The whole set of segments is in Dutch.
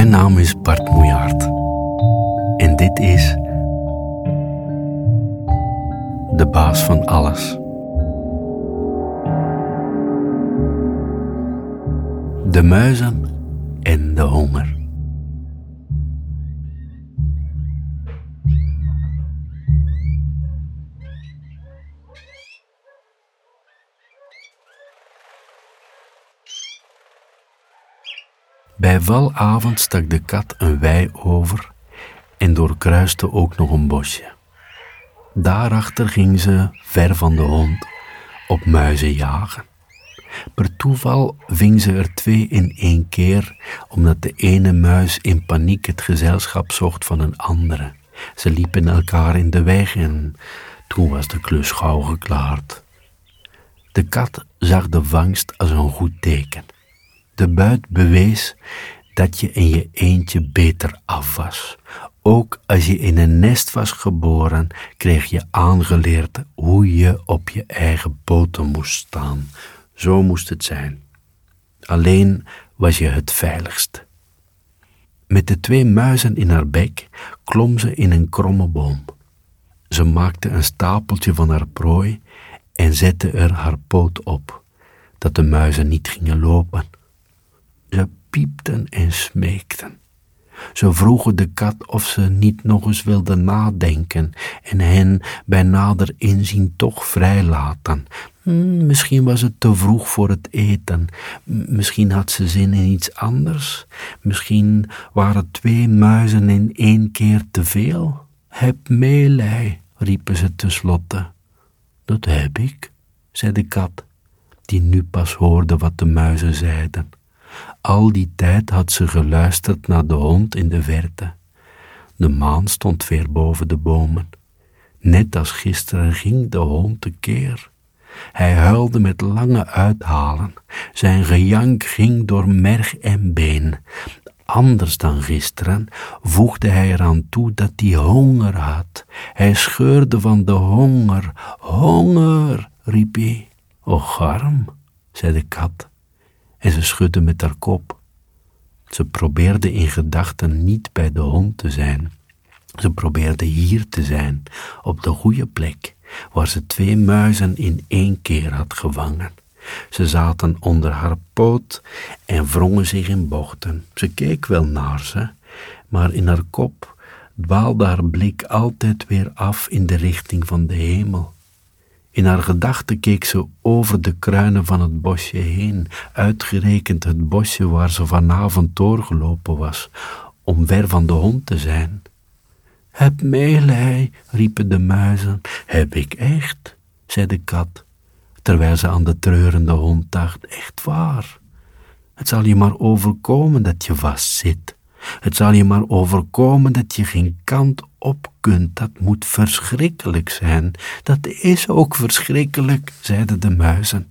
Mijn naam is Bart Moejaert en dit is De Baas van Alles. De muizen en de honger. Bij valavond stak de kat een wei over en doorkruiste ook nog een bosje. Daarachter ging ze, ver van de hond, op muizen jagen. Per toeval ving ze er 2 in 1 keer, omdat de ene muis in paniek het gezelschap zocht van een andere. Ze liepen elkaar in de weg en toen was de klus gauw geklaard. De kat zag de vangst als een goed teken. De buit bewees dat je in je eentje beter af was. Ook als je in een nest was geboren, kreeg je aangeleerd hoe je op je eigen poten moest staan. Zo moest het zijn. Alleen was je het veiligst. Met de 2 muizen in haar bek klom ze in een kromme boom. Ze maakte een stapeltje van haar prooi en zette er haar poot op, dat de muizen niet gingen lopen. Ze piepten en smeekten. Ze vroegen de kat of ze niet nog eens wilde nadenken en hen bij nader inzien toch vrijlaten. Misschien was het te vroeg voor het eten. Misschien had ze zin in iets anders. Misschien waren 2 muizen in 1 keer te veel. Heb meelij, riepen ze tenslotte. Dat heb ik, zei de kat, die nu pas hoorde wat de muizen zeiden. Al die tijd had ze geluisterd naar de hond in de verte. De maan stond weer boven de bomen. Net als gisteren ging de hond tekeer. Hij huilde met lange uithalen. Zijn gejank ging door merg en been. Anders dan gisteren voegde hij eraan toe dat hij honger had. Hij scheurde van de honger. Honger, riep hij. Och, arm, zei de kat. En ze schudde met haar kop. Ze probeerde in gedachten niet bij de hond te zijn. Ze probeerde hier te zijn, op de goede plek, waar ze 2 muizen in 1 keer had gevangen. Ze zaten onder haar poot en wrongen zich in bochten. Ze keek wel naar ze, maar in haar kop dwaalde haar blik altijd weer af in de richting van de hemel. In haar gedachten keek ze over de kruinen van het bosje heen, uitgerekend het bosje waar ze vanavond doorgelopen was, om ver van de hond te zijn. Heb meelij, riepen de muizen. Heb ik echt, zei de kat, terwijl ze aan de treurende hond dacht. Echt waar. Het zal je maar overkomen dat je vastzit. Het zal je maar overkomen dat je geen kant op kunt. Dat moet verschrikkelijk zijn. Dat is ook verschrikkelijk, zeiden de muizen.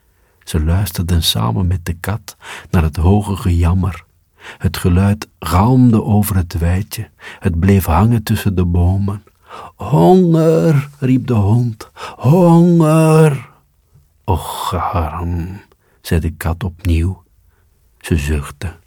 Ze luisterden samen met de kat naar het hoge gejammer. Het geluid galmde over het weidje. Het bleef hangen tussen de bomen. Honger, riep de hond. Honger. Och, arm, zei de kat opnieuw. Ze zuchtte.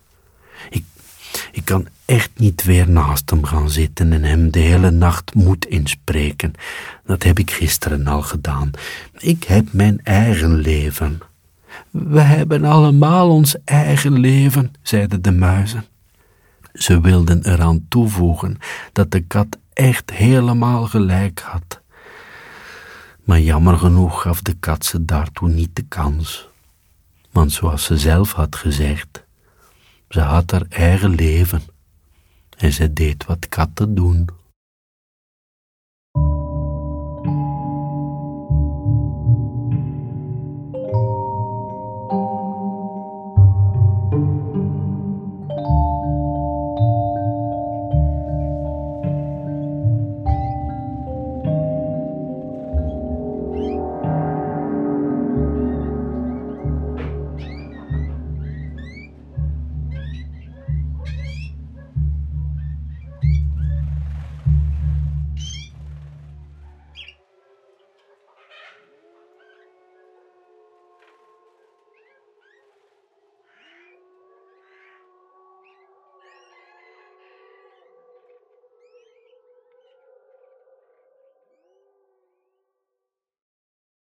Ik kan echt niet weer naast hem gaan zitten en hem de hele nacht moed inspreken. Dat heb ik gisteren al gedaan. Ik heb mijn eigen leven. We hebben allemaal ons eigen leven, zeiden de muizen. Ze wilden eraan toevoegen dat de kat echt helemaal gelijk had. Maar jammer genoeg gaf de kat ze daartoe niet de kans. Want zoals ze zelf had gezegd, ze had haar eigen leven en ze deed wat katten doen.